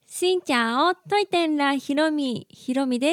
しんちゃおトイテンラひろみです。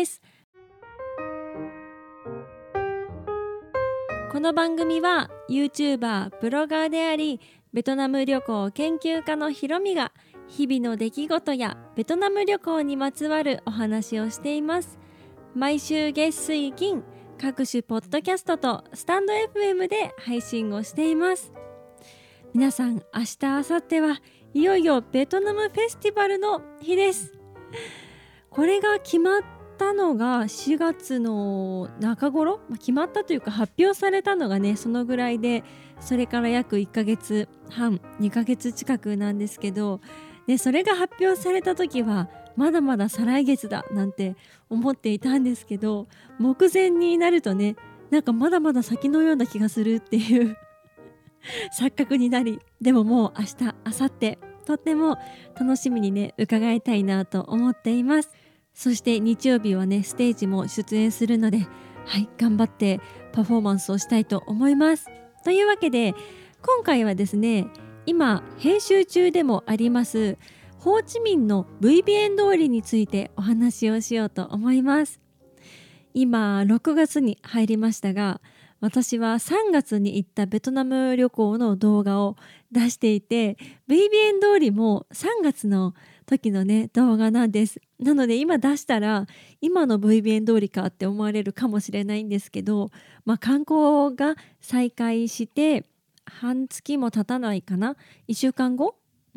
この番組は YouTuber ブロガーでありベトナム旅行研究家のひろみが日々の出来事やベトナム旅行にまつわるお話をしています。毎週月水金各種ポッドキャストとスタンド FM で配信をしています。皆さん、明日明後日はいよいよベトナムフェスティバルの日です。これが決まったのが4月の中頃、決まったというか発表されたのがねそのぐらいで、それから約1ヶ月半2ヶ月近くなんですけど、でそれが発表された時はまだまだ再来月だなんて思っていたんですけど、目前になるとね、なんかまだまだ先のような気がするっていう錯覚になり、でももう明日明後日とっても楽しみにね伺いたいなと思っています。そして日曜日はねステージも出演するので、頑張ってパフォーマンスをしたいと思います。というわけで今回はですね、今編集中でもありますホーチミンの VBN 通りについてお話をしようと思います。今6月に入りましたが、私は3月に行ったベトナム旅行の動画を出していて、 VBN 通りも3月の時のね動画なんです。なので今出したら今の VBN 通りかって思われるかもしれないんですけど、観光が再開して半月も経たないかな、1週間後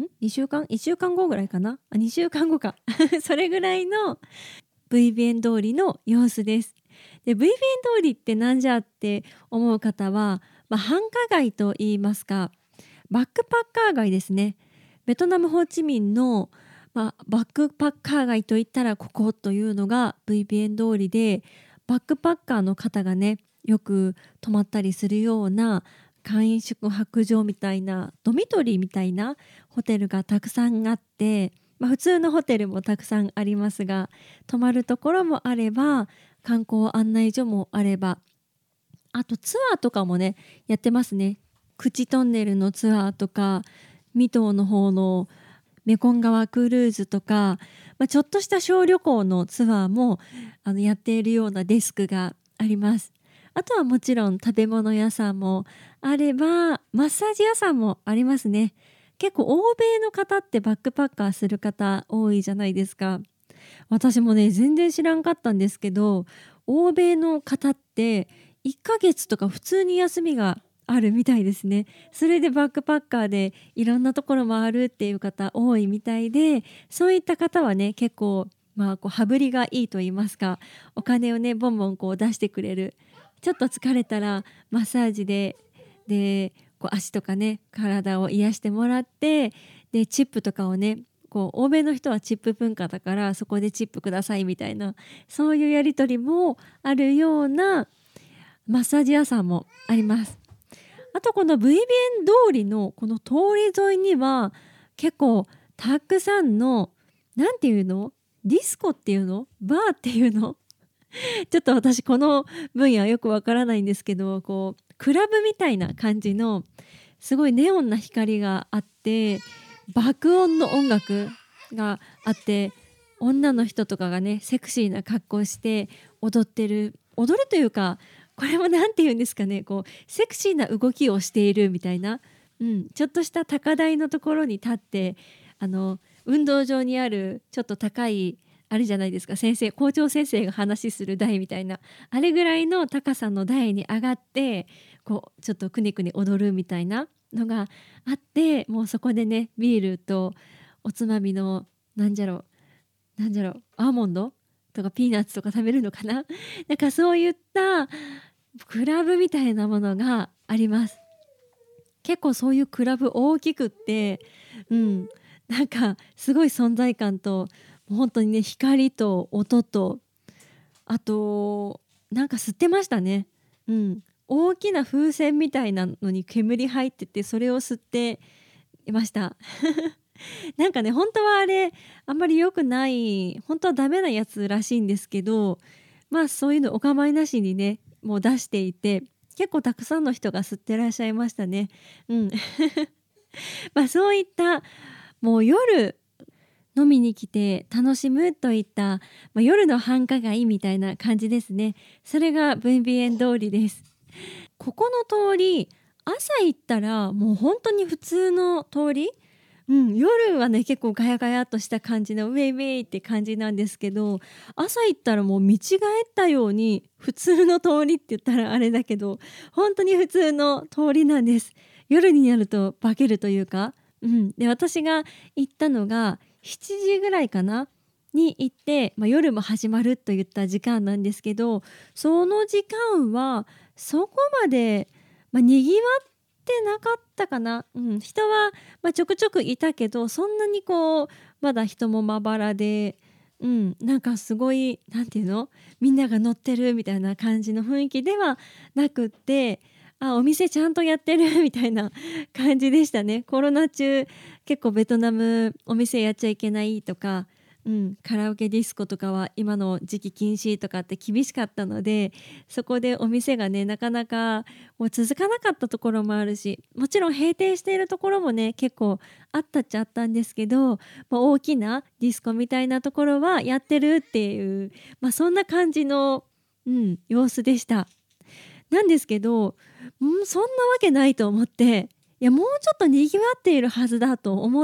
1週間後ぐらいかな、2週間後かそれぐらいの VBN 通りの様子です。で VBN 通りってなんじゃって思う方は、繁華街と言いますか、バックパッカー街ですね。ベトナムホーチミンの、バックパッカー街といったらここというのが VBN 通りで、バックパッカーの方がねよく泊まったりするような簡易宿泊場みたいなドミトリーみたいなホテルがたくさんあって、普通のホテルもたくさんありますが、泊まるところもあれば観光案内所もあれば、あとツアーとかもねやってますね。クチトンネルのツアーとか、ミ島の方のメコン川クルーズとか、ちょっとした小旅行のツアーもやっているようなデスクがあります。あとはもちろん食べ物屋さんもあればマッサージ屋さんもありますね。結構欧米の方ってバックパッカーする方多いじゃないですか。私もね全然知らんかったんですけど、欧米の方って1ヶ月とか普通に休みがあるみたいですね。それでバックパッカーでいろんなところ回るっていう方多いみたいで、そういった方はね結構こう羽振りがいいと言いますか、お金をねボンボンこう出してくれる。ちょっと疲れたらマッサージでこう足とかね体を癒してもらって、でチップとかをね、こう欧米の人はチップ文化だからそこでチップくださいみたいな、そういうやり取りもあるようなマッサージ屋さんもあります。あとこの VBN 通りのこの通り沿いには結構たくさんの、なんていうの、ディスコっていうの、バーっていうのちょっと私この分野よくわからないんですけど、こうクラブみたいな感じのすごいネオンな光があって、爆音の音楽があって、女の人とかがねセクシーな格好をして踊るというか、これもなんて言うんですかね、こうセクシーな動きをしているみたいな、ちょっとした高台のところに立って、運動場にあるちょっと高いあるじゃないですか、校長先生が話する台みたいな、あれぐらいの高さの台に上がってこうちょっとくねくね踊るみたいなのがあって、もうそこでねビールとおつまみのなんじゃろうアーモンドとかピーナッツとか食べるのかななんかそういったクラブみたいなものがあります。結構そういうクラブ大きくって、なんかすごい存在感と、もう本当にね光と音と、あとなんか吸ってましたね。大きな風船みたいなのに煙入ってて、それを吸っていましたなんかね本当はあれあんまり良くない、本当はダメなやつらしいんですけど、そういうのお構いなしにねもう出していて、結構たくさんの人が吸ってらっしゃいましたね。そういったもう夜飲みに来て楽しむといった、夜の繁華街みたいな感じですね。それが分美園通りです。ここの通り、朝行ったらもう本当に普通の通り、夜はね結構ガヤガヤっとした感じのウェイウェイって感じなんですけど、朝行ったらもう見違えたように普通の通りって言ったらあれだけど、本当に普通の通りなんです。夜になると化けるというか、で私が行ったのが7時ぐらいかなに行って、夜も始まるといった時間なんですけど、その時間はそこまで、にぎわってなかったかな。人は、ちょくちょくいたけど、そんなにこうまだ人もまばらで、なんかすごいなんていうの、みんなが乗ってるみたいな感じの雰囲気ではなくって、お店ちゃんとやってるみたいな感じでしたね。コロナ中結構ベトナムお店やっちゃいけないとか、カラオケディスコとかは今の時期禁止とかって厳しかったので、そこでお店がねなかなかもう続かなかったところもあるし、もちろん閉店しているところもね結構あったっちゃあったんですけど、大きなディスコみたいなところはやってるっていう、そんな感じの、様子でした。なんですけど、そんなわけないと思って、いやもうちょっとにぎわっているはずだと思って、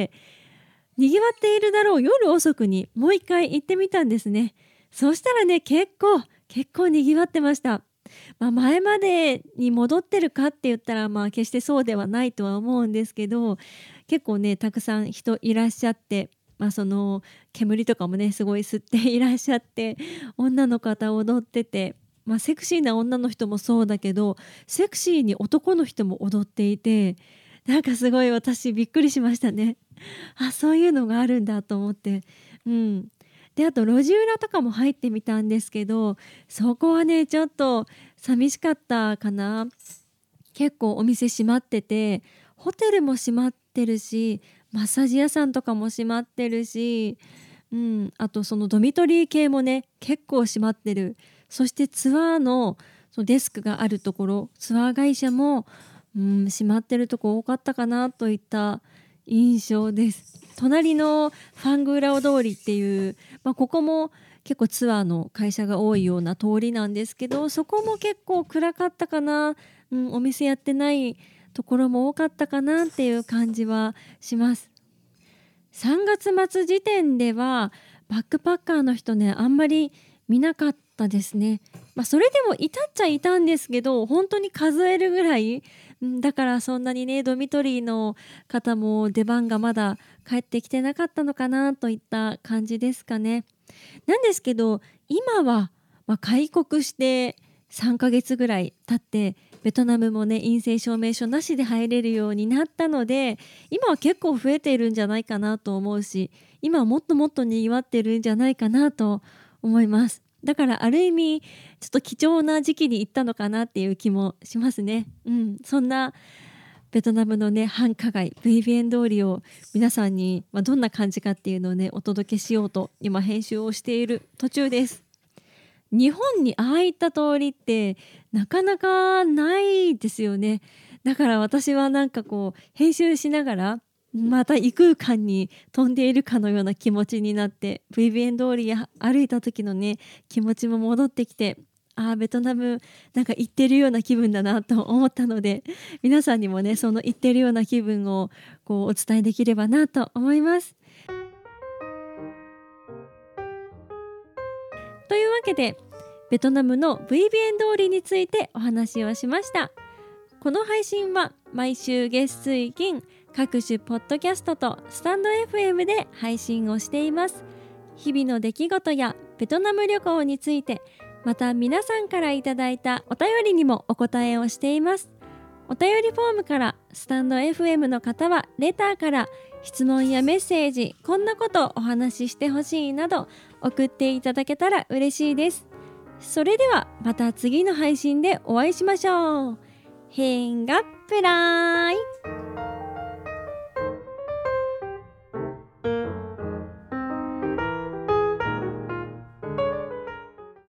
にぎわっているだろう夜遅くにもう一回行ってみたんですね。そしたらね結構にぎわってました。前までに戻ってるかって言ったら決してそうではないとは思うんですけど、結構ねたくさん人いらっしゃって、その煙とかもねすごい吸っていらっしゃって、女の方踊ってて、セクシーな女の人もそうだけどセクシーに男の人も踊っていて、なんかすごい私びっくりしましたね。そういうのがあるんだと思って。であと路地裏とかも入ってみたんですけど、そこはねちょっと寂しかったかな。結構お店閉まってて、ホテルも閉まってるし、マッサージ屋さんとかも閉まってるし、あとそのドミトリー系もね結構閉まってる。そしてツアーのそのデスクがあるところ、ツアー会社も、閉まってるとこ多かったかなといった印象です。隣のファングーラオ通りっていう、ここも結構ツアーの会社が多いような通りなんですけど、そこも結構暗かったかな、お店やってないところも多かったかなっていう感じはします。3月末時点ではバックパッカーの人ねあんまり見なかったですね。それでもいたっちゃいたんですけど、本当に数えるぐらい、だからそんなにねドミトリーの方も出番がまだ帰ってきてなかったのかなといった感じですかね。なんですけど今は、開国して3ヶ月ぐらい経って、ベトナムもね陰性証明書なしで入れるようになったので、今は結構増えているんじゃないかなと思うし、今はもっともっとにぎわってるんじゃないかなと思います。だからある意味ちょっと貴重な時期に行ったのかなっていう気もしますね。そんなベトナムのね繁華街ブイビエン通りを皆さんに、どんな感じかっていうのをねお届けしようと今編集をしている途中です。日本にああいった通りってなかなかないですよね。だから私はなんかこう編集しながらまた異空間に飛んでいるかのような気持ちになって、 VBN 通り歩いた時のね気持ちも戻ってきて、ベトナムなんか行ってるような気分だなと思ったので、皆さんにもねその行ってるような気分をこうお伝えできればなと思います。というわけでベトナムの VBN 通りについてお話をしました。この配信は毎週月水金各種ポッドキャストとスタンド FM で配信をしています。日々の出来事やベトナム旅行について、また皆さんからいただいたお便りにもお答えをしています。お便りフォームから、スタンド FM の方はレターから質問やメッセージ、こんなことお話ししてほしいなど送っていただけたら嬉しいです。それではまた次の配信でお会いしましょう。変がプライ